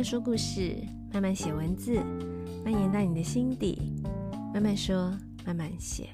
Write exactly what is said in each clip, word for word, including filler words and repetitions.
慢说故事，慢慢写文字，蔓延到你的心底，慢慢说，慢慢写。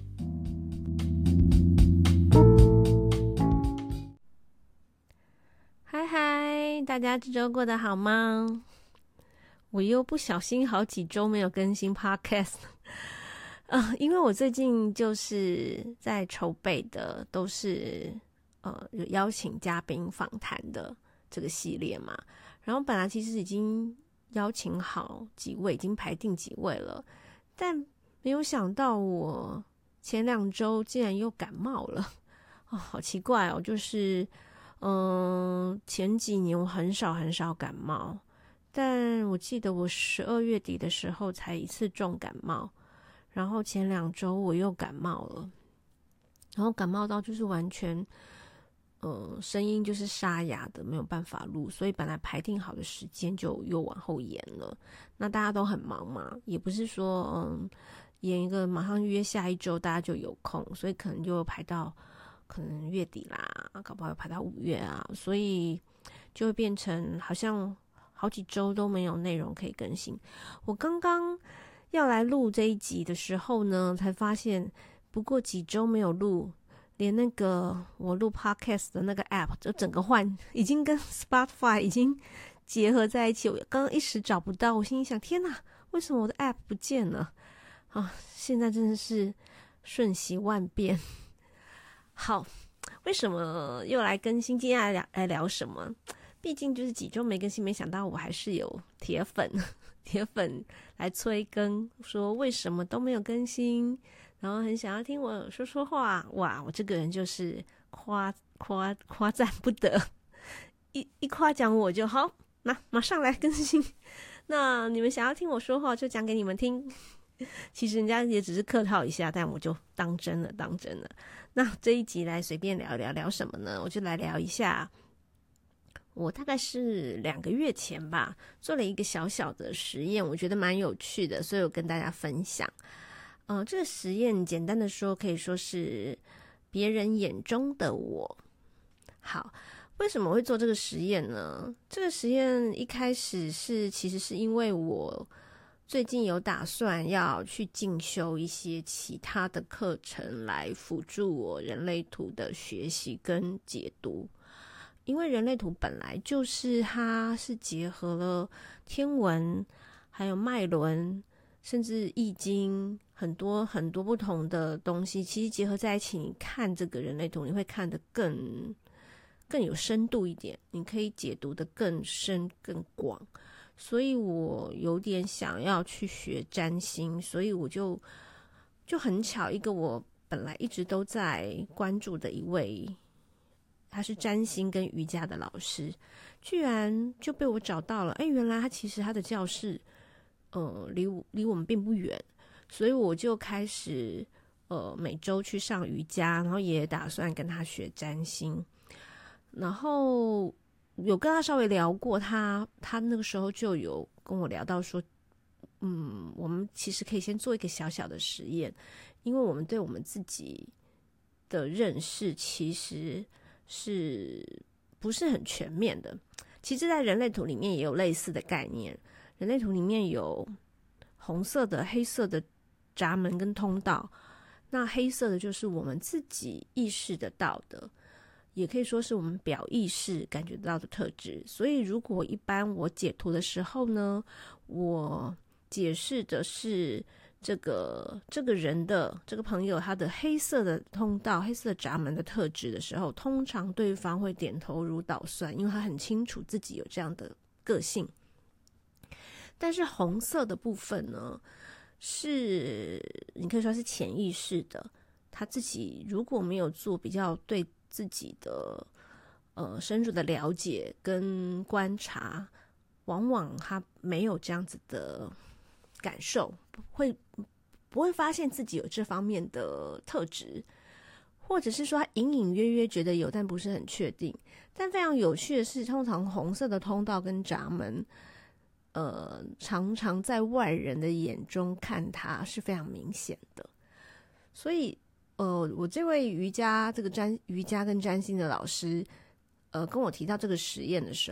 嗨嗨，大家这周过得好吗？我又不小心好几周没有更新 podcast 呃，因为我最近就是在筹备的都是呃有邀请嘉宾访谈的这个系列嘛，然后本来其实已经邀请好几位，已经排定几位了，但没有想到我前两周竟然又感冒了哦，好奇怪哦，就是嗯、呃，前几年我很少很少感冒，但我记得我十二月底的时候才一次重感冒，然后前两周我又感冒了，然后感冒到就是完全呃，声音就是沙哑的，没有办法录，所以本来排定好的时间就又往后延了。那大家都很忙嘛，也不是说嗯演一个马上约下一周大家就有空，所以可能就排到可能月底啦，搞不好排到五月啊，所以就会变成好像好几周都没有内容可以更新。我刚刚要来录这一集的时候呢，才发现不过几周没有录，连那个我录 podcast 的那个 app 就整个换，已经跟 Spotify 已经结合在一起，我刚刚一时找不到，我心里想天哪，为什么我的 app 不见了啊？现在真的是瞬息万变。好，为什么又来更新？今天来聊来聊什么？毕竟就是几周没更新，没想到我还是有铁粉铁粉来催更，说为什么都没有更新，然后很想要听我说说话。哇，我这个人就是夸夸夸赞不得，一一夸奖我就好，那马上来更新。那你们想要听我说话，就讲给你们听。其实人家也只是客套一下，但我就当真了，当真了。那这一集来随便聊聊聊什么呢？我就来聊一下，我大概是两个月前吧，做了一个小小的实验，我觉得蛮有趣的，所以我跟大家分享。呃，这个实验简单的说，可以说是别人眼中的我。好，为什么会做这个实验呢？这个实验一开始是，其实是因为我最近有打算要去进修一些其他的课程来辅助我人类图的学习跟解读。因为人类图本来就是它是结合了天文还有脉轮甚至易经很多很多不同的东西，其实结合在一起，你看这个人类图你会看得更更有深度一点，你可以解读得更深更广。所以我有点想要去学占星，所以我就就很巧，一个我本来一直都在关注的一位，他是占星跟瑜伽的老师，居然就被我找到了。哎，原来他其实他的教室呃离离我们并不远，所以我就开始呃每周去上瑜伽，然后也打算跟他学占星。然后有跟他稍微聊过，他他那个时候就有跟我聊到说，嗯，我们其实可以先做一个小小的实验，因为我们对我们自己的认识其实是不是很全面的。其实在人类图里面也有类似的概念，人类图里面有红色的黑色的闸门跟通道，那黑色的就是我们自己意识得到的，也可以说是我们表意识感觉到的特质。所以如果一般我解图的时候呢，我解释的是这个这个人的这个朋友他的黑色的通道黑色的闸门的特质的时候，通常对方会点头如捣蒜，因为他很清楚自己有这样的个性。但是红色的部分呢，是你可以说是潜意识的，他自己如果没有做比较对自己的呃深入的了解跟观察，往往他没有这样子的感受，会不会发现自己有这方面的特质，或者是说他隐隐约约觉得有，但不是很确定。但非常有趣的是，通常红色的通道跟闸门呃，常常在外人的眼中看它是非常明显的。所以呃，我这位瑜伽这个占瑜伽跟占星的老师呃，跟我提到这个实验的时候，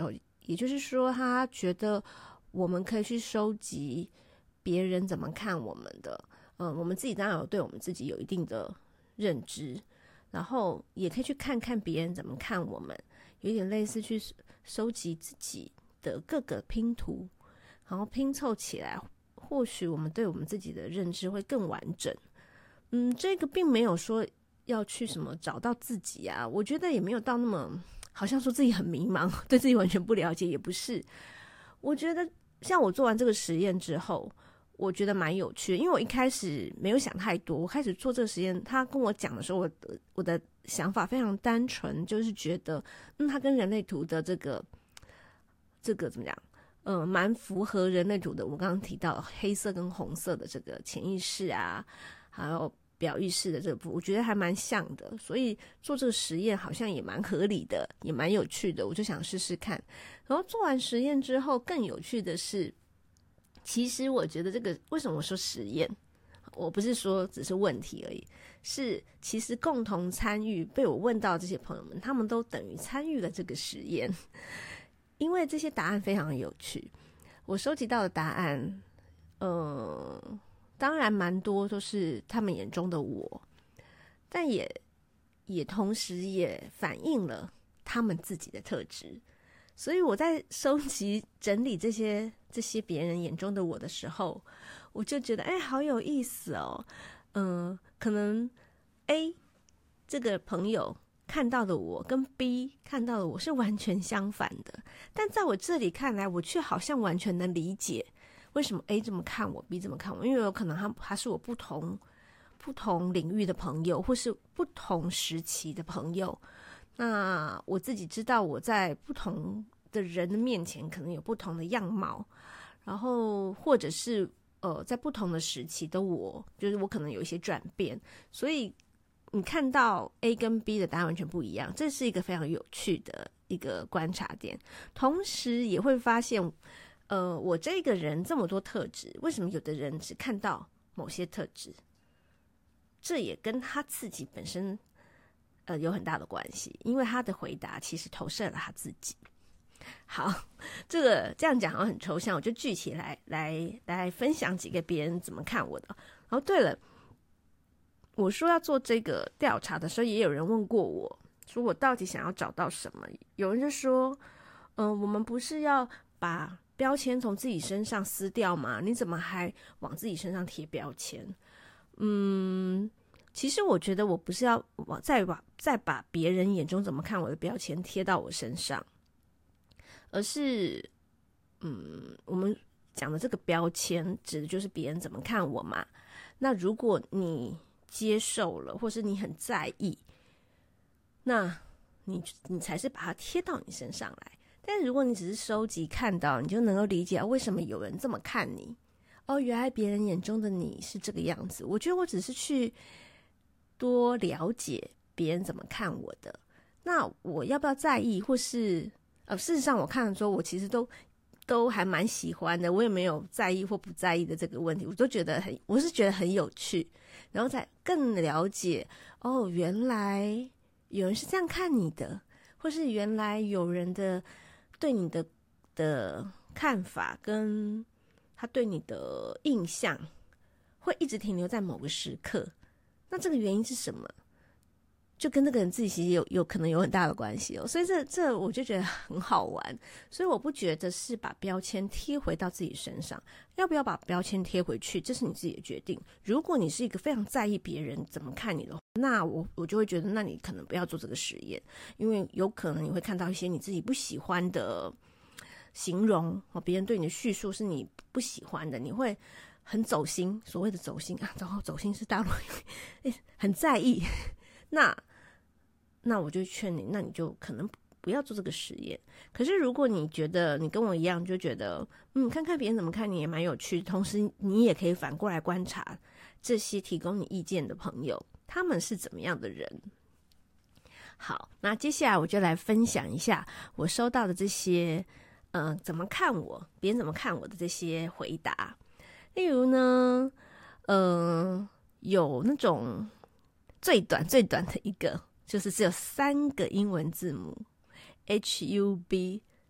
也就是说他觉得我们可以去收集别人怎么看我们的，嗯，我们自己当然有对我们自己有一定的认知，然后也可以去看看别人怎么看我们，有点类似去收集自己的各个拼图，然后拼凑起来，或许我们对我们自己的认知会更完整。嗯，这个并没有说要去什么找到自己啊，我觉得也没有到那么好像说自己很迷茫，对自己完全不了解，也不是。我觉得像我做完这个实验之后，我觉得蛮有趣的，因为我一开始没有想太多，我开始做这个实验，他跟我讲的时候，我的我的想法非常单纯，就是觉得嗯，他跟人类图的这个这个怎么讲，嗯，蛮符合人类图的。我刚刚提到黑色跟红色的这个潜意识啊，还有表意识的这个部分，我觉得还蛮像的，所以做这个实验好像也蛮合理的，也蛮有趣的，我就想试试看。然后做完实验之后，更有趣的是，其实我觉得这个为什么我说实验，我不是说只是问题而已，是其实共同参与被我问到这些朋友们，他们都等于参与了这个实验，因为这些答案非常有趣。我收集到的答案，呃，当然蛮多都是他们眼中的我，但也也同时也反映了他们自己的特质。所以我在收集整理这些这些别人眼中的我的时候，我就觉得哎，好有意思哦。嗯、呃，可能 A 这个朋友看到的我跟 B 看到的我是完全相反的，但在我这里看来，我却好像完全能理解为什么 A 这么看我 B 这么看我，因为有可能他他是我不同不同领域的朋友，或是不同时期的朋友。那我自己知道我在不同的人的面前可能有不同的样貌，然后或者是呃在不同的时期的我，就是我可能有一些转变，所以你看到 A 跟 B 的答案完全不一样，这是一个非常有趣的一个观察点。同时也会发现呃我这个人这么多特质，为什么有的人只看到某些特质，这也跟他自己本身呃，有很大的关系，因为他的回答其实投射了他自己。好，这个这样讲好像很抽象，我就具体来来来分享几个别人怎么看我的。然后对了，我说要做这个调查的时候，也有人问过我，说我到底想要找到什么？有人就说，嗯、呃，我们不是要把标签从自己身上撕掉吗？你怎么还往自己身上贴标签？嗯。其实我觉得我不是要再把再把别人眼中怎么看我的标签贴到我身上，而是嗯，我们讲的这个标签指的就是别人怎么看我嘛。那如果你接受了，或是你很在意，那你你才是把它贴到你身上来。但如果你只是收集看到，你就能够理解为什么有人这么看你。哦，原来别人眼中的你是这个样子。我觉得我只是去多了解别人怎么看我的，那我要不要在意，或是呃，事实上我看的时候，我其实都都还蛮喜欢的，我也没有在意或不在意的这个问题，我都觉得很，我是觉得很有趣，然后再更了解哦，原来有人是这样看你的，或是原来有人的对你的的看法跟他对你的印象会一直停留在某个时刻。那这个原因是什么？就跟那个人自己其实有有可能有很大的关系哦，所以这这我就觉得很好玩。所以我不觉得是把标签贴回到自己身上，要不要把标签贴回去，这是你自己的决定。如果你是一个非常在意别人怎么看你的话，那我我就会觉得，那你可能不要做这个实验，因为有可能你会看到一些你自己不喜欢的形容，别人对你的叙述是你不喜欢的，你会很走心，所谓的走心啊，走走心是大陆很在意，那那我就劝你，那你就可能不要做这个实验。可是如果你觉得你跟我一样，就觉得嗯，看看别人怎么看你也蛮有趣，同时你也可以反过来观察这些提供你意见的朋友，他们是怎么样的人。好，那接下来我就来分享一下我收到的这些呃，怎么看我，别人怎么看我的这些回答。例如呢，呃，有那种最短最短的一个，就是只有三个英文字母 H U B，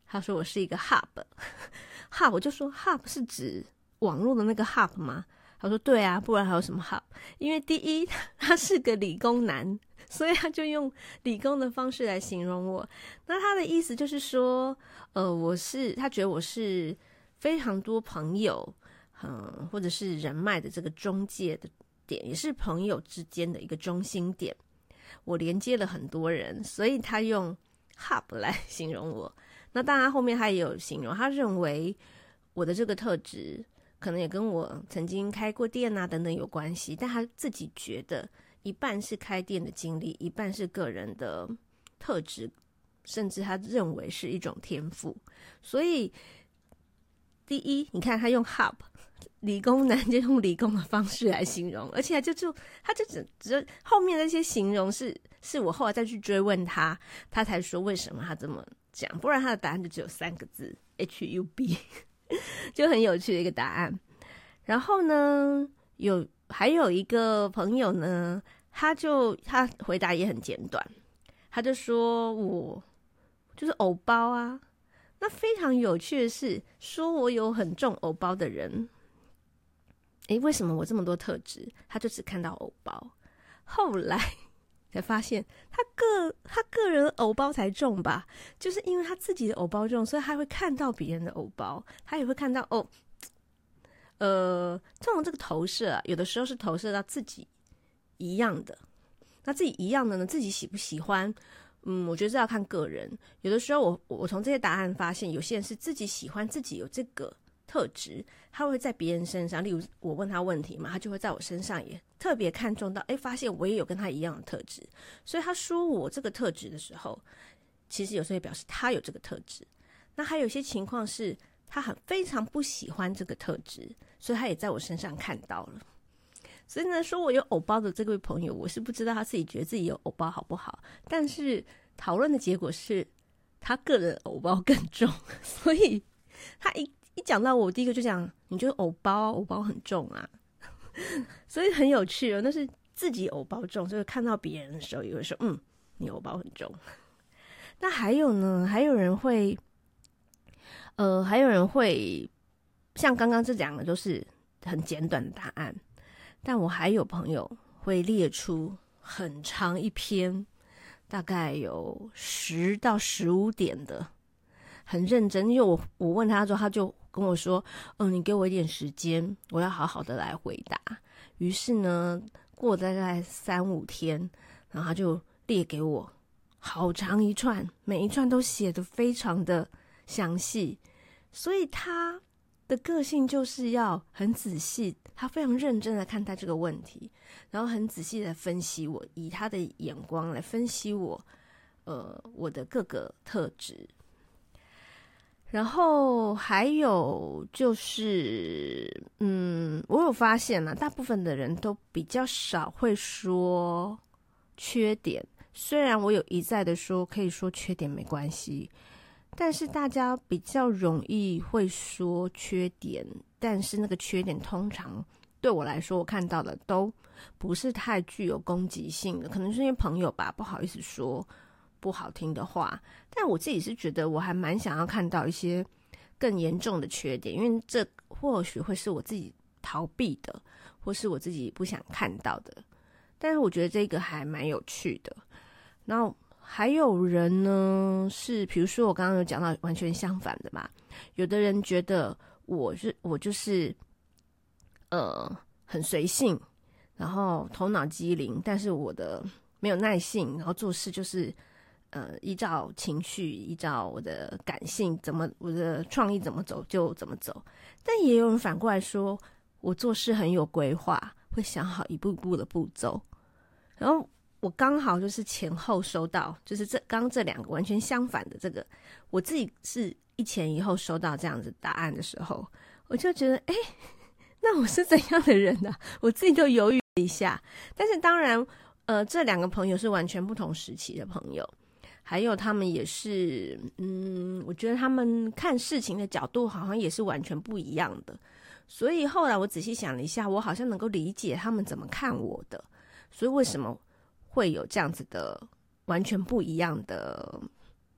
他说我是一个 hub hub， 我就说 hub 是指网络的那个 hub 吗？他说对啊，不然还有什么 hub？ 因为第一他是个理工男，所以他就用理工的方式来形容我。那他的意思就是说，呃，我是他觉得我是非常多朋友，嗯，或者是人脉的这个中介的点，也是朋友之间的一个中心点。我连接了很多人，所以他用 hub 来形容我。那当然后面他也有形容，他认为我的这个特质可能也跟我曾经开过店啊等等有关系，但他自己觉得一半是开店的经历，一半是个人的特质，甚至他认为是一种天赋。所以第一，你看他用 hub， 理工男就用理工的方式来形容，而且他就就他就只只后面那些形容是是我后来再去追问他，他才说为什么他这么讲，不然他的答案就只有三个字 H U B 就很有趣的一个答案。然后呢，有还有一个朋友呢，他就他回答也很简短，他就说我就是偶包啊。那非常有趣的是，说我有很重偶包的人，诶，为什么我这么多特质？他就只看到偶包，后来才发现他个他个人偶包才重吧，就是因为他自己的偶包重，所以他会看到别人的偶包，他也会看到哦，呃，这种这个投射啊，有的时候是投射到自己一样的，那自己一样的呢，自己喜不喜欢？嗯，我觉得这要看个人。有的时候我我从这些答案发现，有些人是自己喜欢自己有这个特质，他会在别人身上，例如我问他问题嘛，他就会在我身上也特别看重到，诶，发现我也有跟他一样的特质，所以他说我这个特质的时候，其实有时候也表示他有这个特质。那还有一些情况是他很非常不喜欢这个特质，所以他也在我身上看到了。所以呢，说我有偶包的这位朋友，我是不知道他自己觉得自己有偶包好不好，但是讨论的结果是他个人偶包更重，所以他一一讲到我，第一个就讲你觉得偶包偶包很重啊，所以很有趣哦。那是自己偶包重，所以看到别人的时候也会说嗯，你偶包很重。那还有呢，还有人会呃，还有人会像刚刚这两个都是很简短的答案，但我还有朋友会列出很长一篇，大概有十到十五点的，很认真。因为我我问他之后，他就跟我说：“嗯，你给我一点时间，我要好好的来回答。”于是呢，过大概三五天，然后他就列给我好长一串，每一串都写得非常的详细，所以他的个性就是要很仔细，他非常认真的看待这个问题，然后很仔细的分析我，以他的眼光来分析我，呃，我的各个特质。然后还有就是，嗯，我有发现啊，大部分的人都比较少会说缺点，虽然我有一再的说可以说缺点没关系，但是大家比较容易会说缺点，但是那个缺点通常对我来说，我看到的都不是太具有攻击性的，可能是因为朋友吧，不好意思说不好听的话，但我自己是觉得我还蛮想要看到一些更严重的缺点，因为这或许会是我自己逃避的，或是我自己不想看到的，但是我觉得这个还蛮有趣的。然后还有人呢，是比如说我刚刚有讲到完全相反的嘛，有的人觉得我是我就是呃很随性，然后头脑机灵，但是我的没有耐性，然后做事就是呃依照情绪，依照我的感性，怎么我的创意怎么走就怎么走。但也有人反过来说，我做事很有规划，会想好一步步的步骤，然后我刚好就是前后收到，就是这刚这两个完全相反的这个，我自己是一前一后收到这样子答案的时候，我就觉得哎，那我是怎样的人啊？我自己就犹豫了一下。但是当然呃，这两个朋友是完全不同时期的朋友，还有他们也是嗯，我觉得他们看事情的角度好像也是完全不一样的，所以后来我仔细想了一下，我好像能够理解他们怎么看我的，所以为什么会有这样子的完全不一样的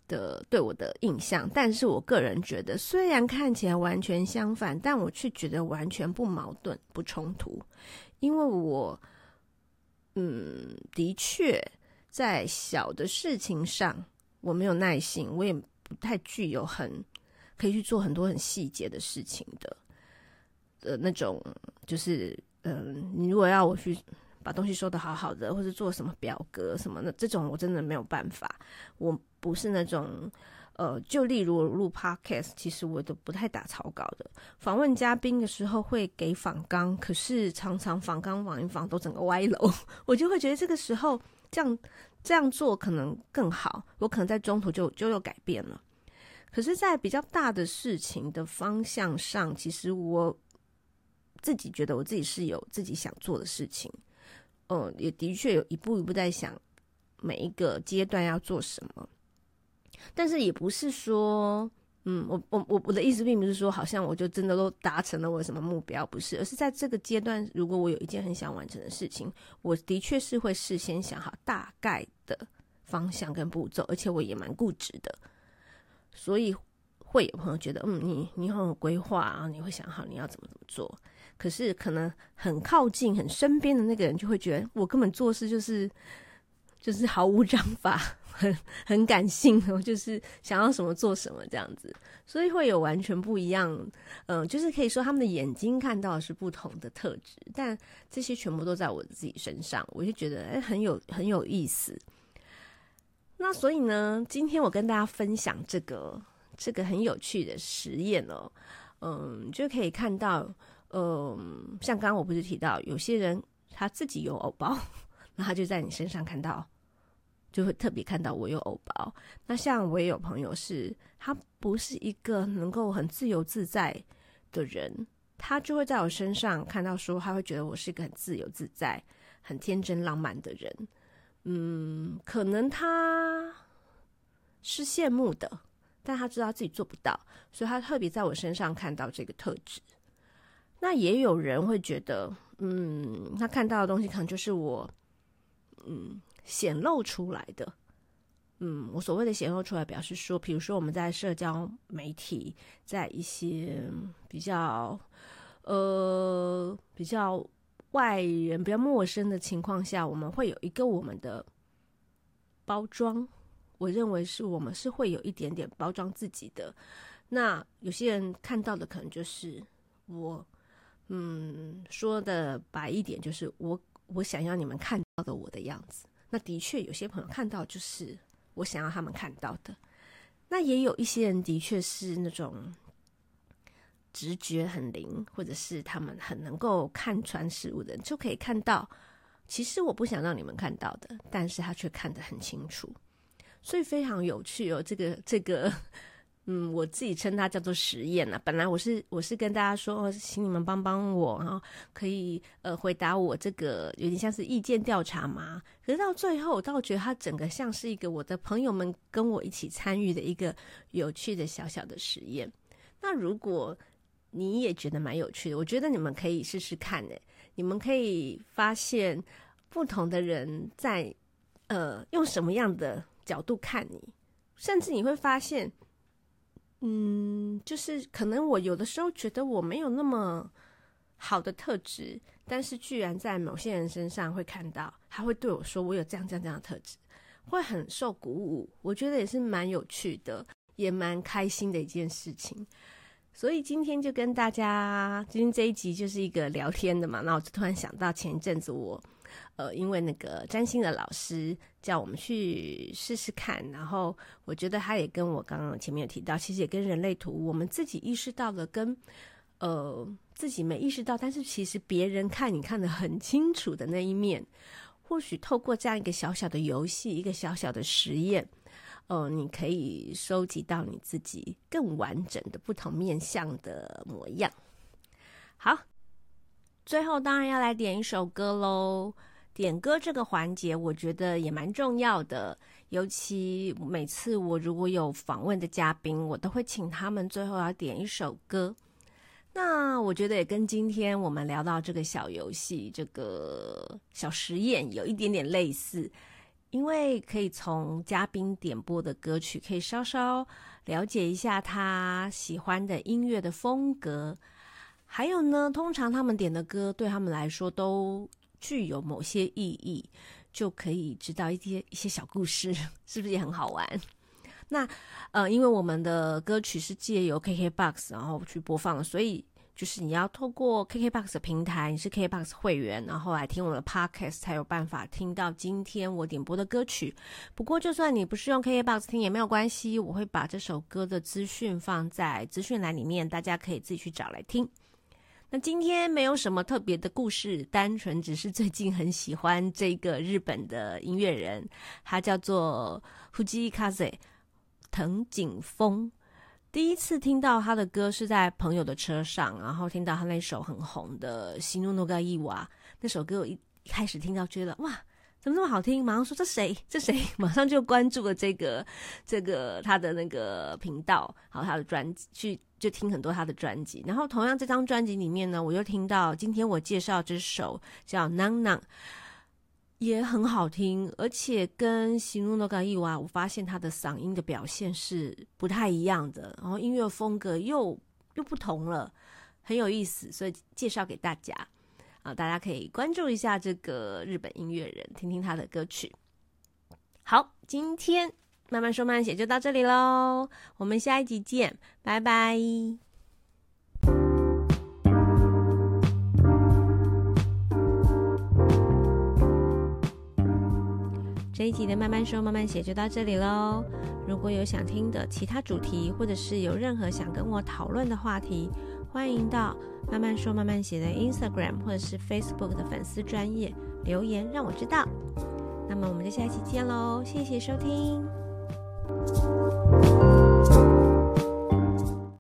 的对我的印象，但是我个人觉得虽然看起来完全相反，但我却觉得完全不矛盾不冲突，因为我嗯的确在小的事情上我没有耐心，我也不太具有很可以去做很多很细节的事情的呃那种，就是嗯、呃，你如果要我去把东西收得好好的，或是做什么表格什么的，这种我真的没有办法。我不是那种呃，就例如录 podcast， 其实我都不太打草稿的。访问嘉宾的时候会给访纲，可是常常访纲访一访都整个歪楼，我就会觉得这个时候这样这样做可能更好，我可能在中途就就有改变了。可是在比较大的事情的方向上，其实我自己觉得我自己是有自己想做的事情，嗯，也的确有一步一步在想每一个阶段要做什么，但是也不是说，嗯，我我我我的意思并不是说好像我就真的都达成了我什么目标，不是，而是在这个阶段，如果我有一件很想完成的事情，我的确是会事先想好大概的方向跟步骤，而且我也蛮固执的，所以会有朋友觉得，嗯，你你很有规划啊，你会想好你要怎么怎么做。可是可能很靠近很身边的那个人就会觉得我根本做事就是就是毫无章法，很很感性，我就是想要什么做什么这样子，所以会有完全不一样，嗯、呃，就是可以说他们的眼睛看到的是不同的特质，但这些全部都在我自己身上，我就觉得哎很有很有意思。那所以呢，今天我跟大家分享这个这个很有趣的实验哦，嗯，就可以看到。嗯，像刚刚我不是提到有些人他自己有偶包，那他就在你身上看到，就会特别看到我有偶包。那像我也有朋友是他不是一个能够很自由自在的人，他就会在我身上看到说他会觉得我是一个很自由自在很天真浪漫的人。嗯，可能他是羡慕的，但他知道自己做不到，所以他特别在我身上看到这个特质。那也有人会觉得，嗯，他看到的东西可能就是我，嗯，显露出来的。嗯，我所谓的显露出来，表示说，比如说我们在社交媒体，在一些比较，呃，比较外人、比较陌生的情况下，我们会有一个我们的包装。我认为是我们是会有一点点包装自己的。那有些人看到的可能就是我。嗯，说的白一点，就是我我想要你们看到的我的样子。那的确有些朋友看到就是我想要他们看到的。那也有一些人的确是那种直觉很灵，或者是他们很能够看穿事物的人，就可以看到其实我不想让你们看到的，但是他却看得很清楚。所以非常有趣哦，这个这个嗯，我自己称它叫做实验啊。本来我是我是跟大家说，哦，请你们帮帮我，然后可以呃回答我这个有点像是意见调查嘛。可是到最后，我倒觉得它整个像是一个我的朋友们跟我一起参与的一个有趣的小小的实验。那如果你也觉得蛮有趣的，我觉得你们可以试试看诶。你们可以发现不同的人在呃用什么样的角度看你，甚至你会发现。嗯，就是可能我有的时候觉得我没有那么好的特质，但是居然在某些人身上会看到，他会对我说我有这样这样这样的特质，会很受鼓舞。我觉得也是蛮有趣的，也蛮开心的一件事情。所以今天就跟大家，今天这一集就是一个聊天的嘛，那我就突然想到前一阵子我呃，因为那个占星的老师叫我们去试试看，然后我觉得他也跟我刚刚前面有提到，其实也跟人类图我们自己意识到了跟呃自己没意识到，但是其实别人看你看得很清楚的那一面，或许透过这样一个小小的游戏，一个小小的实验，呃，你可以收集到你自己更完整的不同面向的模样。好，最后当然要来点一首歌咯。点歌这个环节我觉得也蛮重要的，尤其每次我如果有访问的嘉宾，我都会请他们最后要点一首歌。那我觉得也跟今天我们聊到这个小游戏，这个小实验有一点点类似， 因为可以从嘉宾点播的歌曲可以稍稍了解一下他喜欢的音乐的风格，还有呢，通常他们点的歌对他们来说都具有某些意义，就可以知道一些一些小故事，是不是也很好玩？那呃，因为我们的歌曲是借由 K K B O X 然后去播放的，所以就是你要透过 K K B O X 的平台，你是 K K B O X 会员，然后来听我的 Podcast 才有办法听到今天我点播的歌曲。不过就算你不是用 K K B O X 听也没有关系，我会把这首歌的资讯放在资讯栏里面，大家可以自己去找来听。那今天没有什么特别的故事，单纯只是最近很喜欢这个日本的音乐人，他叫做 Fujii Kaze 藤井风。第一次听到他的歌是在朋友的车上，然后听到他那首很红的《喜怒のがいいわ》，那首歌我一一开始听到觉得哇怎么那么好听，马上说这谁这谁，马上就关注了这个这个他的那个频道，还有他的专辑，去就听很多他的专辑。然后同样这张专辑里面呢，我又听到今天我介绍这首叫《Nan Nan》，也很好听，而且跟喜怒のがいいわ，我发现他的嗓音的表现是不太一样的，然后音乐风格又又不同了，很有意思，所以介绍给大家。啊，大家可以关注一下这个日本音乐人，听听他的歌曲。好，今天慢慢说慢慢写就到这里咯，我们下一集见，拜拜。这一集的慢慢说慢慢写就到这里咯，如果有想听的其他主题，或者是有任何想跟我讨论的话题，欢迎到慢慢说慢慢写的 Instagram 或者是 Facebook 的粉丝专页留言让我知道。那么我们就下一期见咯，谢谢收听。